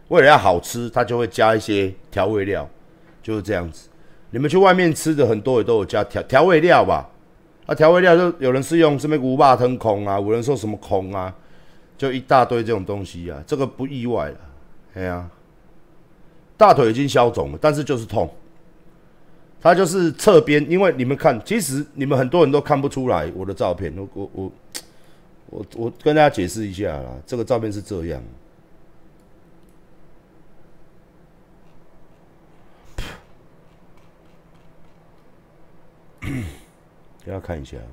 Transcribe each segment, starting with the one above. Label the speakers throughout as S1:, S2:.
S1: 为了要好吃，它就会加一些调味料，就是这样子。你们去外面吃的很多也都有加调味料吧？调味料就有人是用什么牛肉汤孔啊，有人说什么孔啊，就一大堆这种东西啊，这个不意外了。哎呀，大腿已经消肿了，但是就是痛。它就是侧边，因为你们看，其实你们很多人都看不出来我的照片。我跟大家解释一下啦，这个照片是这样。给大家看一下。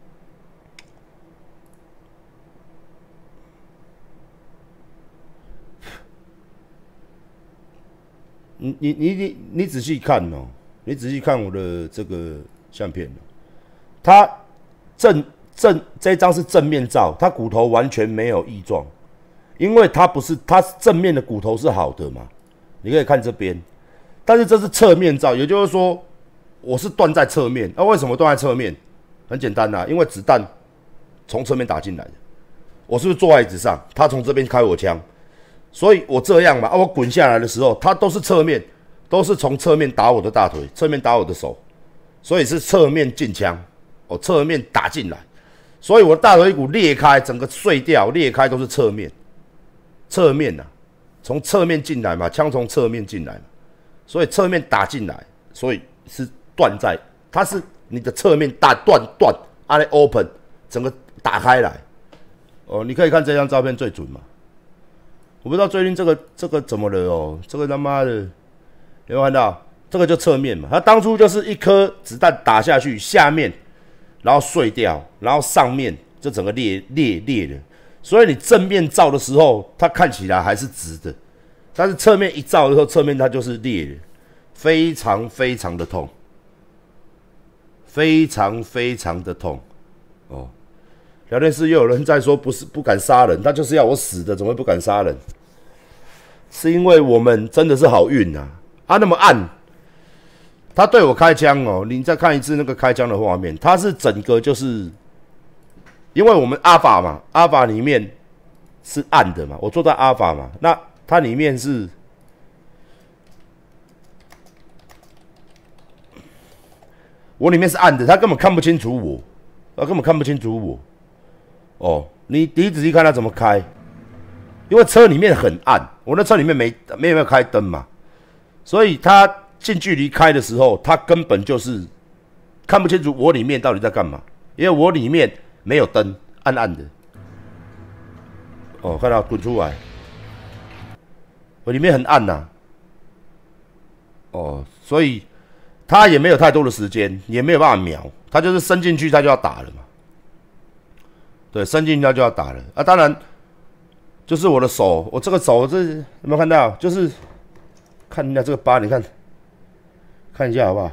S1: 你仔细看哦，你仔细看我的这个相片哦，它这张是正面照，它骨头完全没有异状，因为它不是它正面的骨头是好的嘛，你可以看这边，但是这是侧面照，也就是说我是断在侧面，为什么断在侧面？很简单啊，因为子弹从侧面打进来的，我是不是坐在椅子上，他从这边开我枪，所以我这样嘛，我滚下来的时候，他都是侧面，都是从侧面打我的大腿，侧面打我的手，所以是侧面进枪，侧面打进来。所以我的大腿骨裂开，整个碎掉，裂开都是侧面，侧面啊，从侧面进来嘛，枪从侧面进来嘛，所以侧面打进来，所以是断在，它是你的侧面断，按 open， 整个打开来，你可以看这张照片最准嘛。我不知道最近这个怎么了哦，这个他妈的，有没有看到？这个就侧面嘛，它当初就是一颗子弹打下去，下面。然后碎掉，然后上面就整个裂了，所以你正面照的时候，它看起来还是直的，但是侧面一照的时候，侧面它就是裂了，非常非常的痛，非常非常的痛。聊天室又有人在说不敢杀人，他就是要我死的，怎么会不敢杀人？是因为我们真的是好运啊！那么暗。他对我开枪哦，你再看一次那个开枪的画面，他是整个就是，因为我们阿法嘛，阿法里面是暗的嘛，我坐在阿法嘛，那它里面是，我里面是暗的，他根本看不清楚我，他根本看不清楚我，你仔细看他怎么开，因为车里面很暗，我那车里面没有开灯嘛，所以他。近距离开的时候，他根本就是看不清楚我里面到底在干嘛，因为我里面没有灯，暗暗的。看到滚出来，我里面很暗呐。所以他也没有太多的时间，也没有办法瞄，他就是伸进去他就要打了嘛。对，伸进去他就要打了当然，就是我的手，我这个手有没有看到？就是看一下这个疤，你看。看一下好不好？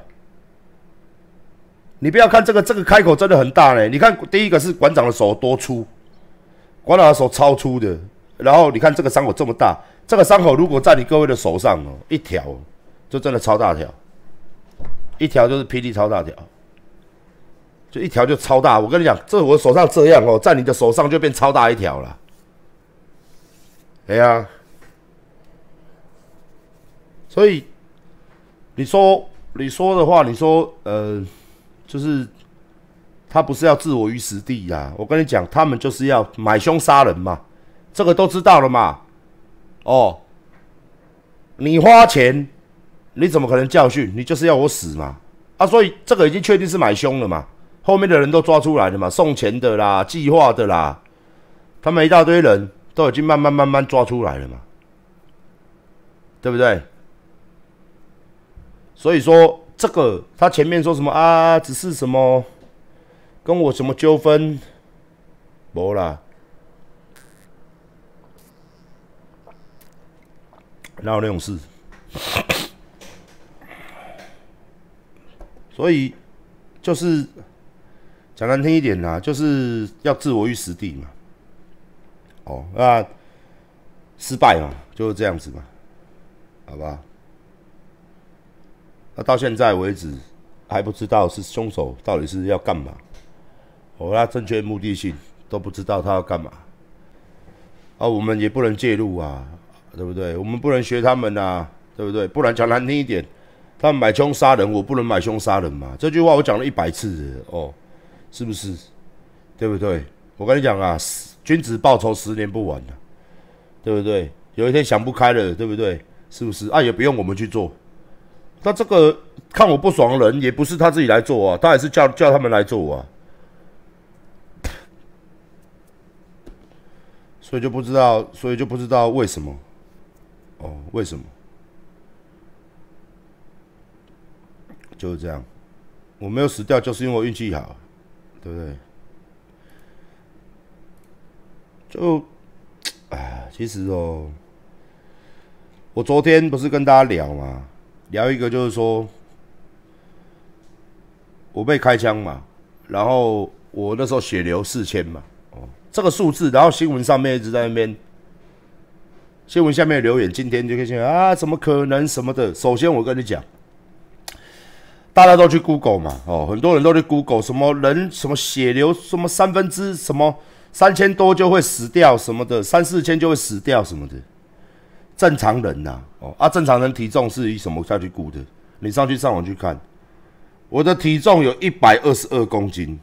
S1: 你不要看这个开口真的很大呢。你看第一个是馆长的手多粗，馆长的手超粗的。然后你看这个伤口这么大，这个伤口如果在你各位的手上一条就真的超大条，一条就是霹雳超大条，就一条就超大。我跟你讲，这我手上这样在你的手上就变超大一条了。哎呀，所以你说的话，你说就是他不是要置我于死地呀？我跟你讲，他们就是要买凶杀人嘛，这个都知道了嘛。你花钱，你怎么可能教训？你就是要我死嘛。所以这个已经确定是买凶了嘛，后面的人都抓出来了嘛，送钱的啦，计划的啦，他们一大堆人都已经慢慢抓出来了嘛，对不对？所以说这个他前面说什么只是什么跟我什么纠纷，没啦，哪有那种事？所以就是讲难听一点啦，就是要置我于死地嘛。那失败嘛，就是这样子嘛，好吧？那到现在为止还不知道是凶手到底是要干嘛，他正确目的性都不知道他要干嘛，我们也不能介入啊。 对不对？我们不能学他们啊，对不对？不然讲难听一点，他们买凶杀人，我不能买凶杀人嘛。这句话我讲了100次了哦，是不是？对不对？我跟你讲啊，君子报仇10年不晚啊，对不对？有一天想不开了，对不对？是不是？啊，也不用我们去做。那这个看我不爽的人，也不是他自己来做啊，他也是叫他们来做啊。所以就不知道为什么。哦，为什么？就是这样。我没有死掉，就是因为我运气好，对不对？就，其实哦，我昨天不是跟大家聊嘛，聊一个就是说，我被开枪嘛，然后我那时候血流4000嘛，哦，这个数字，然后新闻上面一直在那边。新闻下面的留言，今天就可以讲啊，怎么可能什么的。首先我跟你讲，大家都去 Google 嘛，哦，很多人都去 Google 什么人什么血流什么3%什么3000多就会死掉什么的，3、4千就会死掉什么的，正常人呐、正常人体重是以什么下去估的？你上网去看，我的体重有122公斤，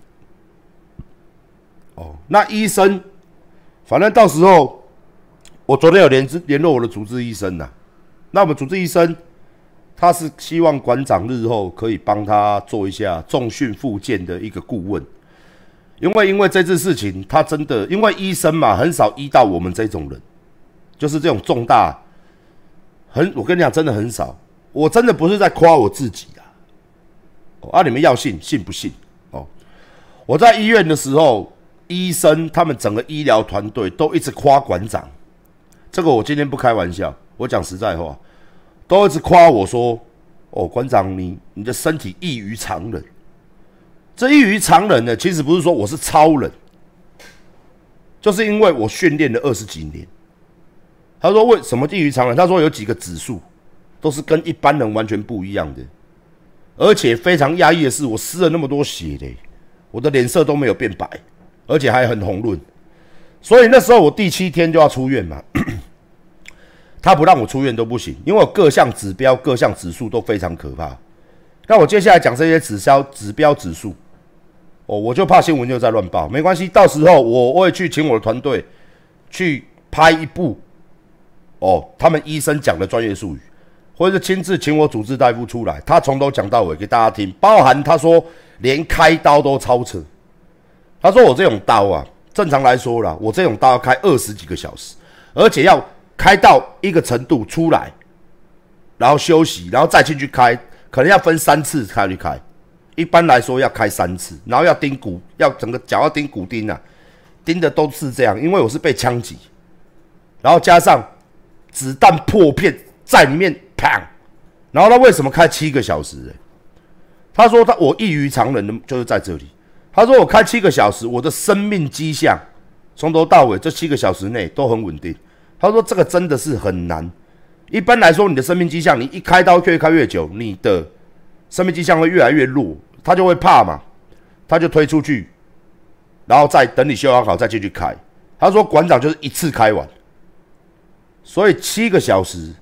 S1: 哦，那医生，反正到时候。我昨天有联络我的主治医生呐，那我们主治医生他是希望馆长日后可以帮他做一下重训复健的一个顾问，因为这次事情他真的因为医生嘛很少医到我们这种人，就是这种重大，我跟你讲真的很少，我真的不是在夸我自己啊，你们要信不信哦？我在医院的时候，医生他们整个医疗团队都一直夸馆长。这个我今天不开玩笑，我讲实在话，都一直夸我说：“哦，馆长你的身体异于常人。”这异于常人呢，其实不是说我是超人，就是因为我训练了20几年。他说为什么异于常人？他说有几个指数都是跟一般人完全不一样的，而且非常压抑的是，我失了那么多血嘞，我的脸色都没有变白，而且还很红润。所以那时候我第7天就要出院嘛。他不让我出院都不行，因为我各项指标、各项指数都非常可怕。那我接下来讲这些指标指数，我就怕新闻又在乱报，没关系，到时候我会去请我的团队去拍一部，他们医生讲的专业术语，或者是亲自请我主治大夫出来，他从头讲到尾给大家听，包含他说连开刀都超扯。他说我这种刀啊，正常来说啦，我这种刀要开20几个小时，而且要开到一个程度出来，然后休息，然后再进去开，可能要分3次开去开。一般来说要开3次，然后要钉骨，要整个脚要钉骨钉啊，钉的都是这样。因为我是被枪击，然后加上子弹破片在里面砰，然后他为什么开7个小时？他说我异于常人的就是在这里。他说我开7个小时，我的生命迹象从头到尾这7个小时内都很稳定。他说这个真的是很难。一般来说，你的生命迹象，你一开刀越开越久，你的生命迹象会越来越弱，他就会怕嘛，他就推出去，然后再等你修养好再进去开。他说馆长就是一次开完，所以7个小时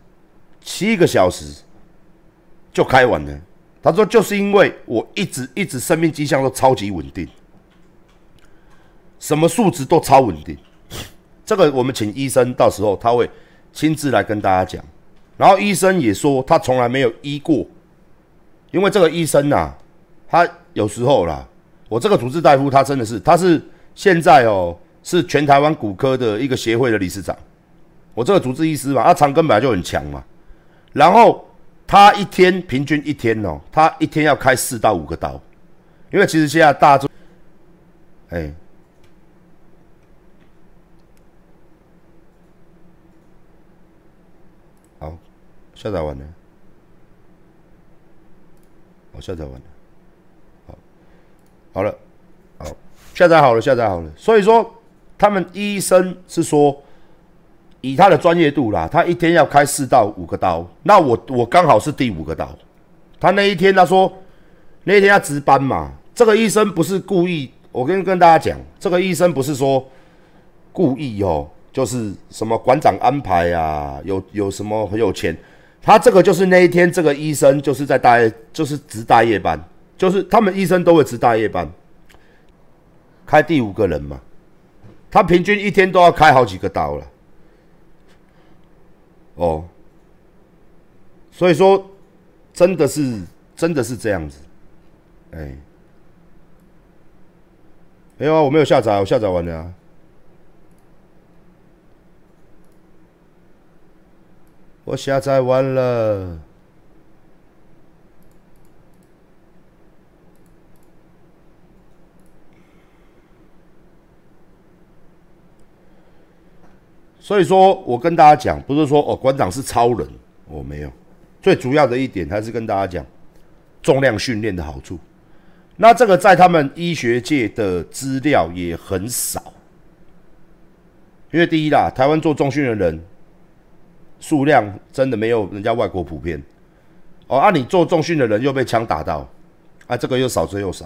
S1: 就开完了。他说就是因为我一直生命迹象都超级稳定，什么数值都超稳定。这个我们请医生，到时候他会亲自来跟大家讲。然后医生也说他从来没有医过，因为这个医生啊，他有时候啦，我这个主治大夫他真的是，他是现在是全台湾骨科的一个协会的理事长。我这个主治医师嘛，他长庚本来就很强嘛，然后他平均一天他一天要开4到5个刀，因为其实现在大家好，下载完了，下载完了，好了，下载好了。所以说，他们医生是说，以他的专业度啦，他一天要开4到5个刀。那我刚好是第5个刀。他那一天他说，那一天要值班嘛。这个医生不是故意，我跟大家讲，这个医生不是说故意就是什么馆长安排啊，有什么很有钱，他这个就是那一天这个医生就是在就是值大夜班，就是他们医生都会值大夜班，开第5个人嘛，他平均一天都要开好几个刀了，哦，所以说真的是这样子，哎，没有啊，我没有下载，我下载完了啊。我下载完了，所以说我跟大家讲，不是说馆长是超人，我没有。最主要的一点还是跟大家讲重量训练的好处。那这个在他们医学界的资料也很少，因为第一啦，台湾做重训的人数量真的没有人家外国普遍。你做重训的人又被枪打到，这个又少之又少。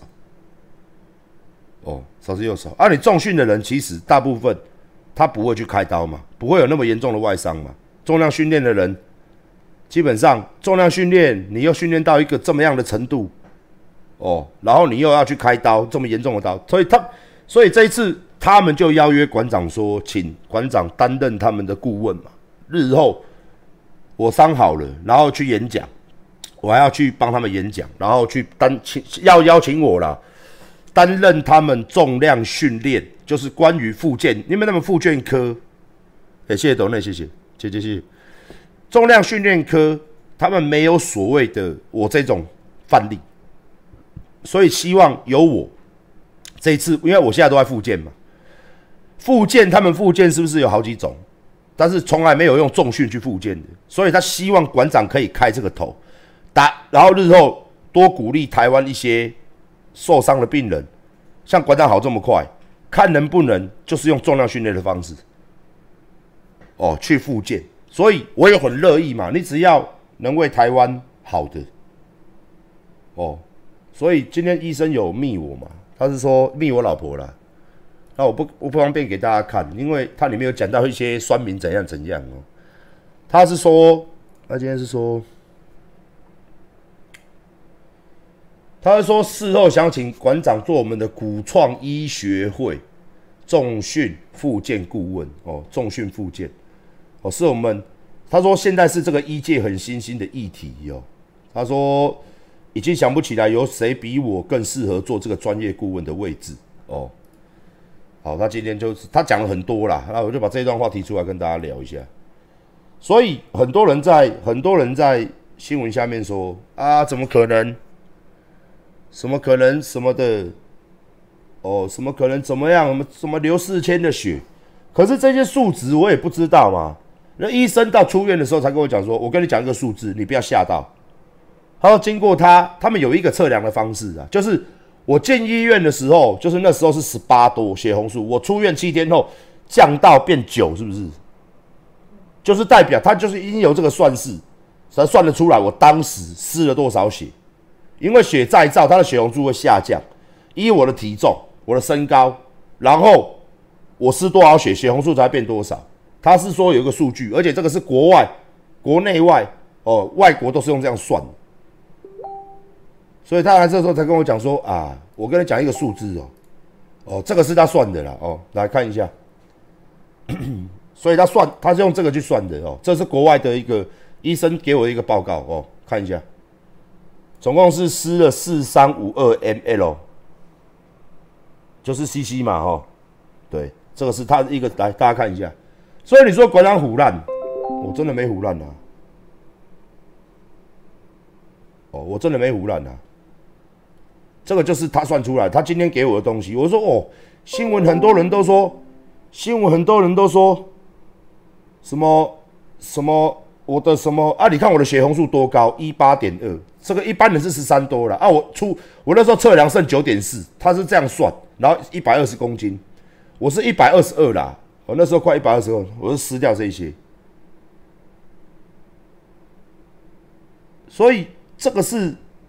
S1: 少之又少。你重训的人其实大部分他不会去开刀嘛，不会有那么严重的外伤嘛。重量训练的人，基本上重量训练你又训练到一个这么样的程度，然后你又要去开刀，这么严重的刀，所以这一次他们就邀约馆长说，请馆长担任他们的顾问嘛。日后我伤好了，然后去演讲，我还要去帮他们演讲，然后去要邀请我啦，担任他们重量训练，就是关于复健，因为他们复健科，谢谢董内，谢谢。重量训练科他们没有所谓的我这种范例，所以希望由我这一次，因为我现在都在复健嘛，他们复健是不是有好几种？但是从来没有用重训去复健的，所以他希望馆长可以开这个头，然后日后多鼓励台湾一些受伤的病人，像馆长好这么快，看能不能就是用重量训练的方式，去复健。所以我也很乐意嘛，你只要能为台湾好的，所以今天医生有密我嘛，他是说密我老婆啦。那我不方便给大家看，因为它里面有讲到一些酸民怎样。他是说，他今天是说，事后想请馆长做我们的古创医学会重训复健顾问重训复健是我们。他说现在是这个医界很新兴的议题他说已经想不起来有谁比我更适合做这个专业顾问的位置好，他今天他讲了很多啦，那我就把这段话提出来跟大家聊一下。所以很多人在新闻下面说怎么可能？什么可能什么的？什么可能怎么样？什么流4000的血？可是这些数值我也不知道嘛。那医生到出院的时候才跟我讲说，我跟你讲一个数字，你不要吓到。他说经过他们有一个测量的方式啊，就是我进医院的时候，就是那时候是18多血红素，我出院7天后降到变9，是不是？就是代表他就是已经有这个算式，才算得出来我当时失了多少血。因为血再造，它的血红素会下降，依我的体重、我的身高，然后我失多少血，血红素才变多少。他是说有一个数据，而且这个是国外、国内外外国都是用这样算的。所以他来这时候才跟我讲说我跟你讲一个数字这个是他算的啦来看一下。所以他是用这个去算的这是国外的一个医生给我的一个报告看一下，总共是施了4352 ml， 就是 cc 嘛对，这个是他的一个，来大家看一下。所以你说馆长唬烂，我真的没唬烂我真的没唬烂这个就是他算出来，他今天给我的东西。我说新闻很多人都说什么我的什么你看我的血红素多高 18.2， 这个一般人是13多了我那时候测量剩 9.4， 他是这样算，然后120公斤，我是122啦，我那时候快122，我是失掉这些。所以这个是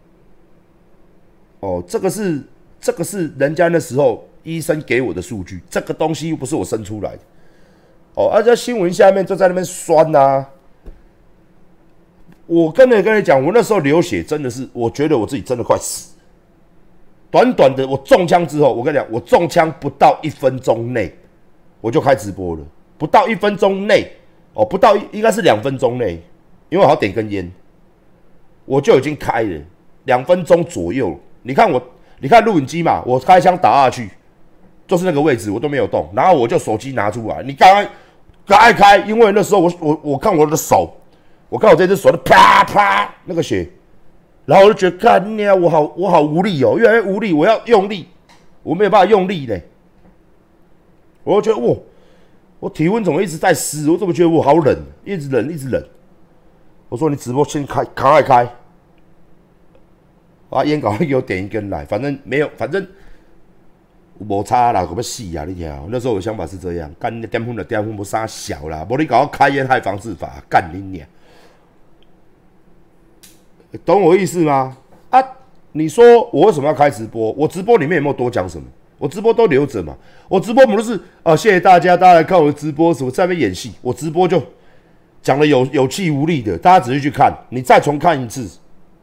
S1: 这个是人家那时候医生给我的数据，这个东西又不是我生出来的。 哦，在新闻下面就在那边酸啊。我跟你讲，我那时候流血真的是，我觉得我自己真的快死。短短的我中枪之后，我跟你讲，我中枪不到1分钟内，我就开直播了。不到1分钟内，哦，不到应该是2分钟内，因为我要点根烟，我就已经开了2分钟左右。你看录影机嘛，我开枪打下去，就是那个位置，我都没有动，然后我就手机拿出来，你赶快开，因为那时候我看我的手。我看我这只手的啪啪那个血，然后我就觉得，干你啊，我好无力哦，越来越无力，我要用力，我没有办法用力嘞。我就觉得，我体温怎么一直在湿？我怎么觉得我好冷，一直冷。我说你直播先赶快开，啊，烟赶快给我点一根来，反正没有，反正无差啦，我要死啊！你听，那时候我的想法是这样，干你点分就点分，无啥小啦，无你搞我开烟害防治法，干你娘！懂我意思吗？啊，你说我为什么要开直播？我直播里面有没有多讲什么？我直播都留着嘛。我直播不是谢谢大家来看我的直播，什么在那边演戏。我直播就讲的有气无力的，大家仔细去看，你再重看一次，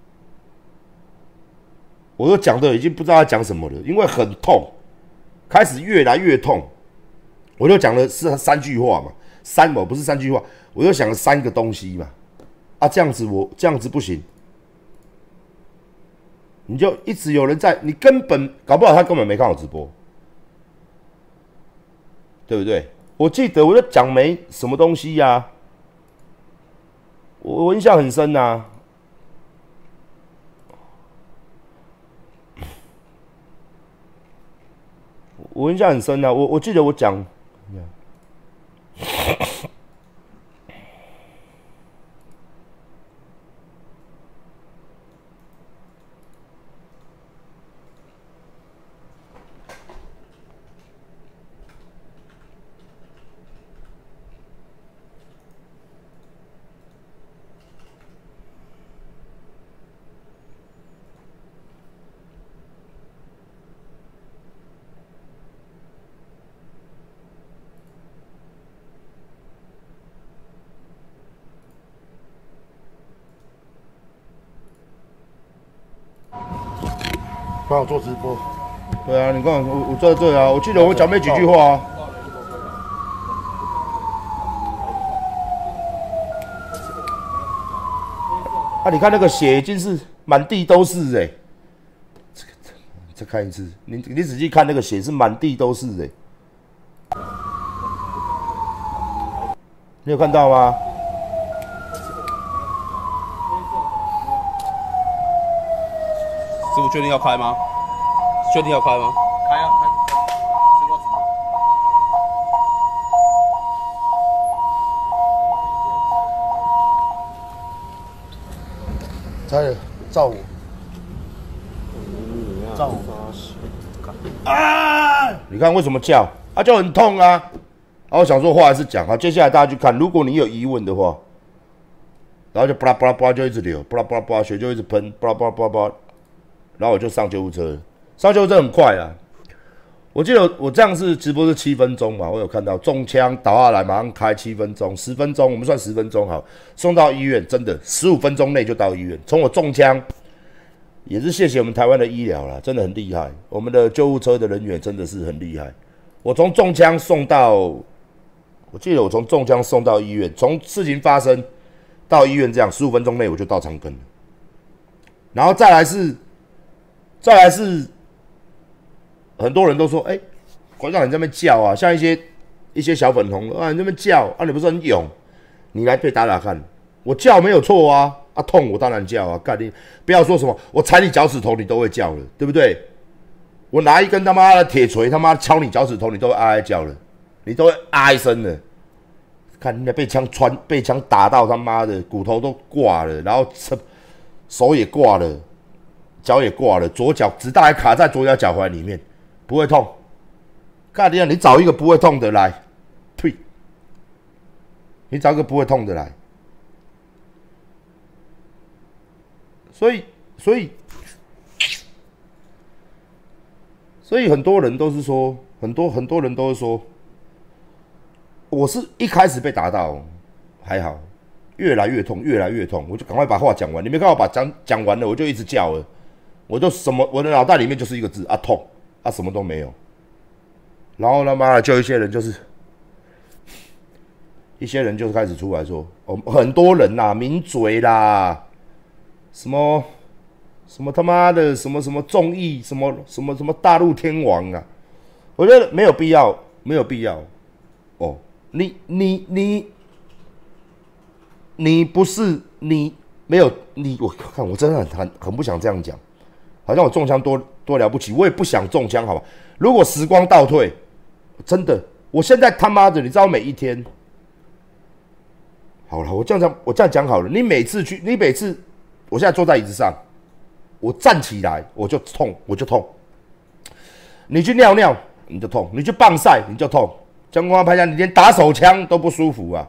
S1: 我都讲的已经不知道他讲什么了，因为很痛，开始越来越痛。我就讲的是3句话嘛，不是3句话，我就想了3个东西嘛。啊，这样子不行。你就一直有人在，你根本搞不好他根本没看我直播，对不对？我记得我就讲没什么东西呀，我印象很深呐。我印象很深呐，我记得我讲。帮我做直播，对啊，你看我在这啊，我记得我讲没几句话啊。啊，你看那个血已经是满地都是再看一次，你仔细看那个血是满地都是你有看到吗？
S2: 师傅确定要开吗？确定要开吗？
S3: 开啊，开！直播
S1: 差点照我，照我！啊！你看为什么叫？啊，就很痛啊！啊，我想说话还是讲啊。接下来大家去看，如果你有疑问的话，然后就巴拉巴拉巴拉就一直流，巴拉巴拉巴拉血就一直喷，巴拉巴拉巴拉巴拉，然后我就上救护车了。上救护车很快啊！我记得我这样是直播是7分钟嘛，我有看到中枪倒下来，马上开7分钟、10分钟，我们算10分钟好，送到医院，真的15分钟内就到医院。从我中枪，也是谢谢我们台湾的医疗啦，真的很厉害，我们的救护车的人员真的是很厉害。我从中枪送到，我记得我从中枪送到医院，从事情发生到医院这样15分钟内我就到长庚了，然后再来是很多人都说，馆长你在那边叫啊，像一些小粉红啊，你在那边叫啊，你不是很勇，你来被打打看，我叫没有错啊，啊痛我当然叫啊，干你不要说什么我踩你脚趾头你都会叫了，对不对？我拿一根他妈的铁锤他妈敲你脚趾头你都会啊叫了，你都会啊一声了，看人家被枪打到他妈的骨头都挂了，然后手也挂了，脚也挂了，左脚子弹还卡在左脚脚踝里面。不会痛，干你找一个不会痛的来，退，你找一个不会痛的来。所以很多人都是说，很多人都是说， 我是一开始被打到还好，越来越痛，越来越痛，我就赶快把话讲完。你没看我把讲完了，我就一直叫了，我就什么，我的脑袋里面就是一个字啊痛啊，什么都没有。然后他妈的，就一些人就是开始出来说，哦，很多人啦，名嘴啦，什么他妈的什么综艺，什么大陆天王啊，我觉得没有必要，没有必要。哦，你不是你没有你，我看我真的很不想这样讲，好像我中枪多了不起，我也不想中枪，好吧？如果时光倒退，真的，我现在他妈的，你知道每一天，好了，我这样讲好了，你每次，我现在坐在椅子上，我站起来我就痛，你去尿尿你就痛，你去棒赛你就痛，江光拍下你连打手枪都不舒服啊！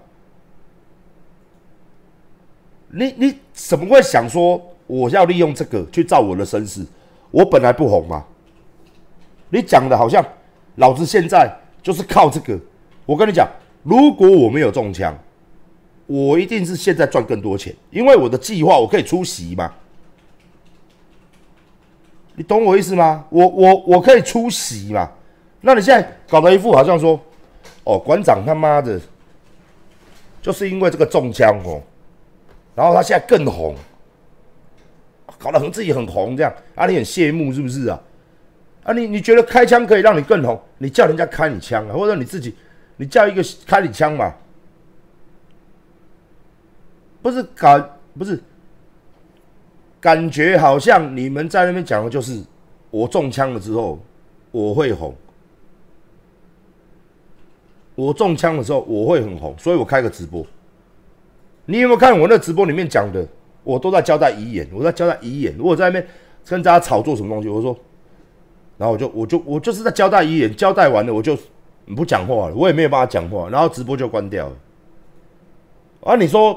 S1: 你怎么会想说我要利用这个去造我的声势？我本来不红嘛，你讲的好像老子现在就是靠这个。我跟你讲，如果我没有中枪，我一定是现在赚更多钱，因为我的计划我可以出席嘛。你懂我意思吗？我可以出席嘛。那你现在搞得一副好像说，哦，馆长他妈的，就是因为这个中枪哦，然后他现在更红，搞得自己很红这样啊，你很羡慕是不是啊？啊你觉得开枪可以让你更红，你叫人家开你枪啊，或者你自己你叫一个开你枪嘛？不是感觉好像你们在那边讲的就是我中枪了之后我会红，我中枪的时候我会很红，所以我开个直播。你有没有看我那直播里面讲的？我都在交代遗言，我在那边跟大家炒作什么东西，我说，然后我就是在交代遗言，交代完了我就不讲话了，我也没有办法讲话，然后直播就关掉了。啊，你说，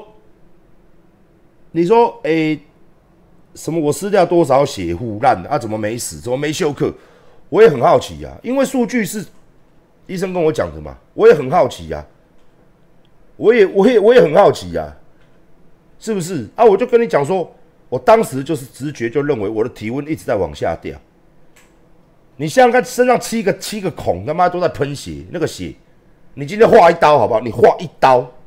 S1: 什么我撕掉多少血糊烂啊？怎么没死？怎么没休克？我也很好奇啊，因为数据是医生跟我讲的嘛，我也很好奇啊，我也很好奇啊，是不是啊？我就跟你讲说，我当时就是直觉就认为我的体温一直在往下掉。你想想看，身上七个孔，他妈都在喷血，那个血，你今天划一刀好不好？你划一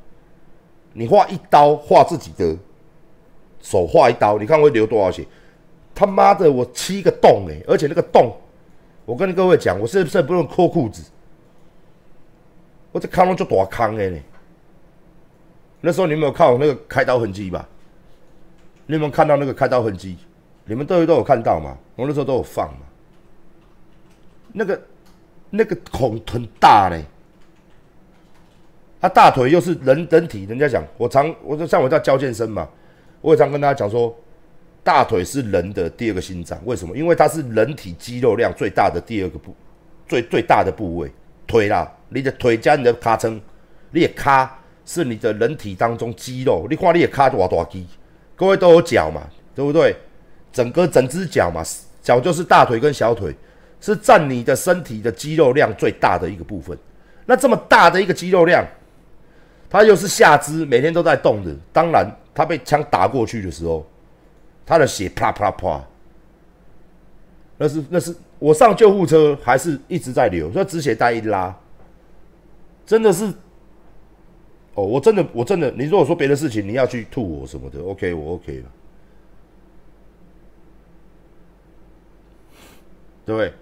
S1: 刀，划自己的手划一刀，你看会流多少血？他妈的，我7个洞而且那个洞，我跟各位讲，我是不是不用脱裤子？我这坑就大坑呢。那时候你有没有看我那个开刀痕迹吧？你有没有看到那个开刀痕迹？你们都有看到嘛？我那时候都有放嘛。那个孔很大呢，他大腿又是人体，人家讲我像我在教健身嘛，我也常跟大家讲说，大腿是人的第2个心脏，为什么？因为它是人体肌肉量最大的第2个最大的部位，腿啦，你的腿加你的尻川，你的尻是你的人体当中肌肉，你看你的尻多大肌，各位都有脚嘛，对不对？整只脚嘛，脚就是大腿跟小腿。是占你的身体的肌肉量最大的一个部分。那这么大的一个肌肉量，它又是下肢每天都在动的，当然他被枪打过去的时候，他的血啪啪啪，那是我上救护车还是一直在流，所以止血带一拉，真的是，哦，我真的，你如果说别的事情你要去吐我什么的 ，OK， 我 OK 了，对不对？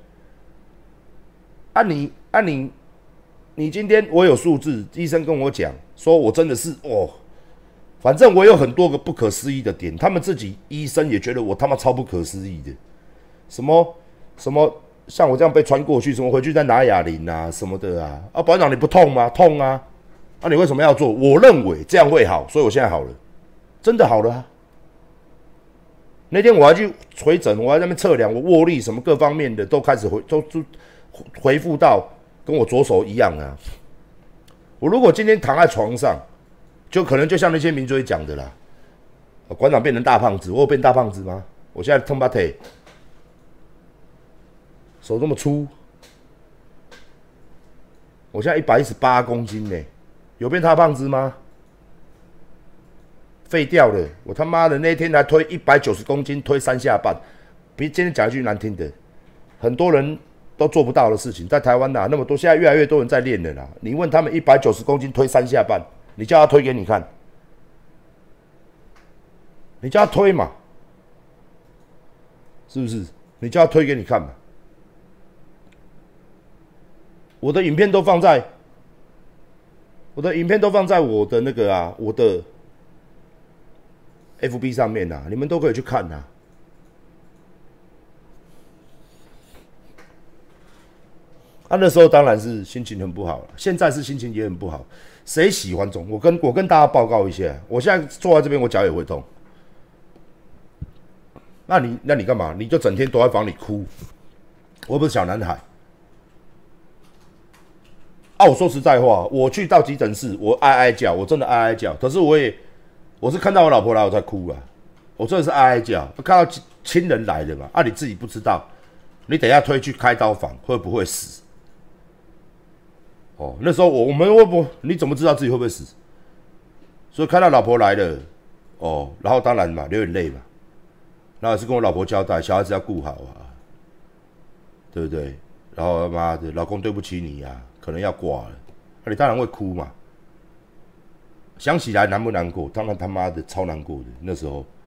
S1: 你今天我有数字，医生跟我讲说，我真的是哦，反正我有很多个不可思议的点，他们自己医生也觉得我他妈超不可思议的，什么像我这样被穿过去，什么回去再拿哑铃啊什么的啊，啊，保险长你不痛吗？痛啊，啊，你为什么要做？我认为这样会好，所以我现在好了，真的好了啊。那天我还去回诊，我还在那边测量我握力什么各方面的都开始恢复到跟我左手一样啊！我如果今天躺在床上，就可能就像那些名嘴讲的啦，馆长变成大胖子，我有变大胖子吗？我现在痛把腿，手这么粗，我现在118公斤呢， 有变大胖子吗？废掉了！我他妈的那天还推190公斤，推3下半。别今天讲一句难听的，很多人都做不到的事情，在台湾哪那么多，现在越来越多人在练了啦。你问他们190公斤推3下半，你叫他推给你看，你叫他推嘛，是不是？你叫他推给你看嘛。我的影片都放在我的那个啊，我的 FB 上面啊，你们都可以去看啊。那时候当然是心情很不好了，现在是心情也很不好。谁喜欢中？我跟大家报告一下，我现在坐在这边，我脚也会痛。那你干嘛？你就整天躲在房里哭？我又不是小男孩。我说实在话，我去到急诊室，我哀哀叫，我真的哀哀叫。可是我是看到我老婆来我才哭啊，我真的是哀哀叫。看到亲人来了嘛，你自己不知道，你等一下推去开刀房会不会死？那时候我们会不，你怎么知道自己会不会死？所以看到老婆来了，然后当然嘛流眼泪嘛，然后也是跟我老婆交代，小孩子要顾好啊，对不对？然后妈的，老公对不起你啊，可能要挂了，你当然会哭嘛。想起来难不难过？当然他妈的超难过的，那时候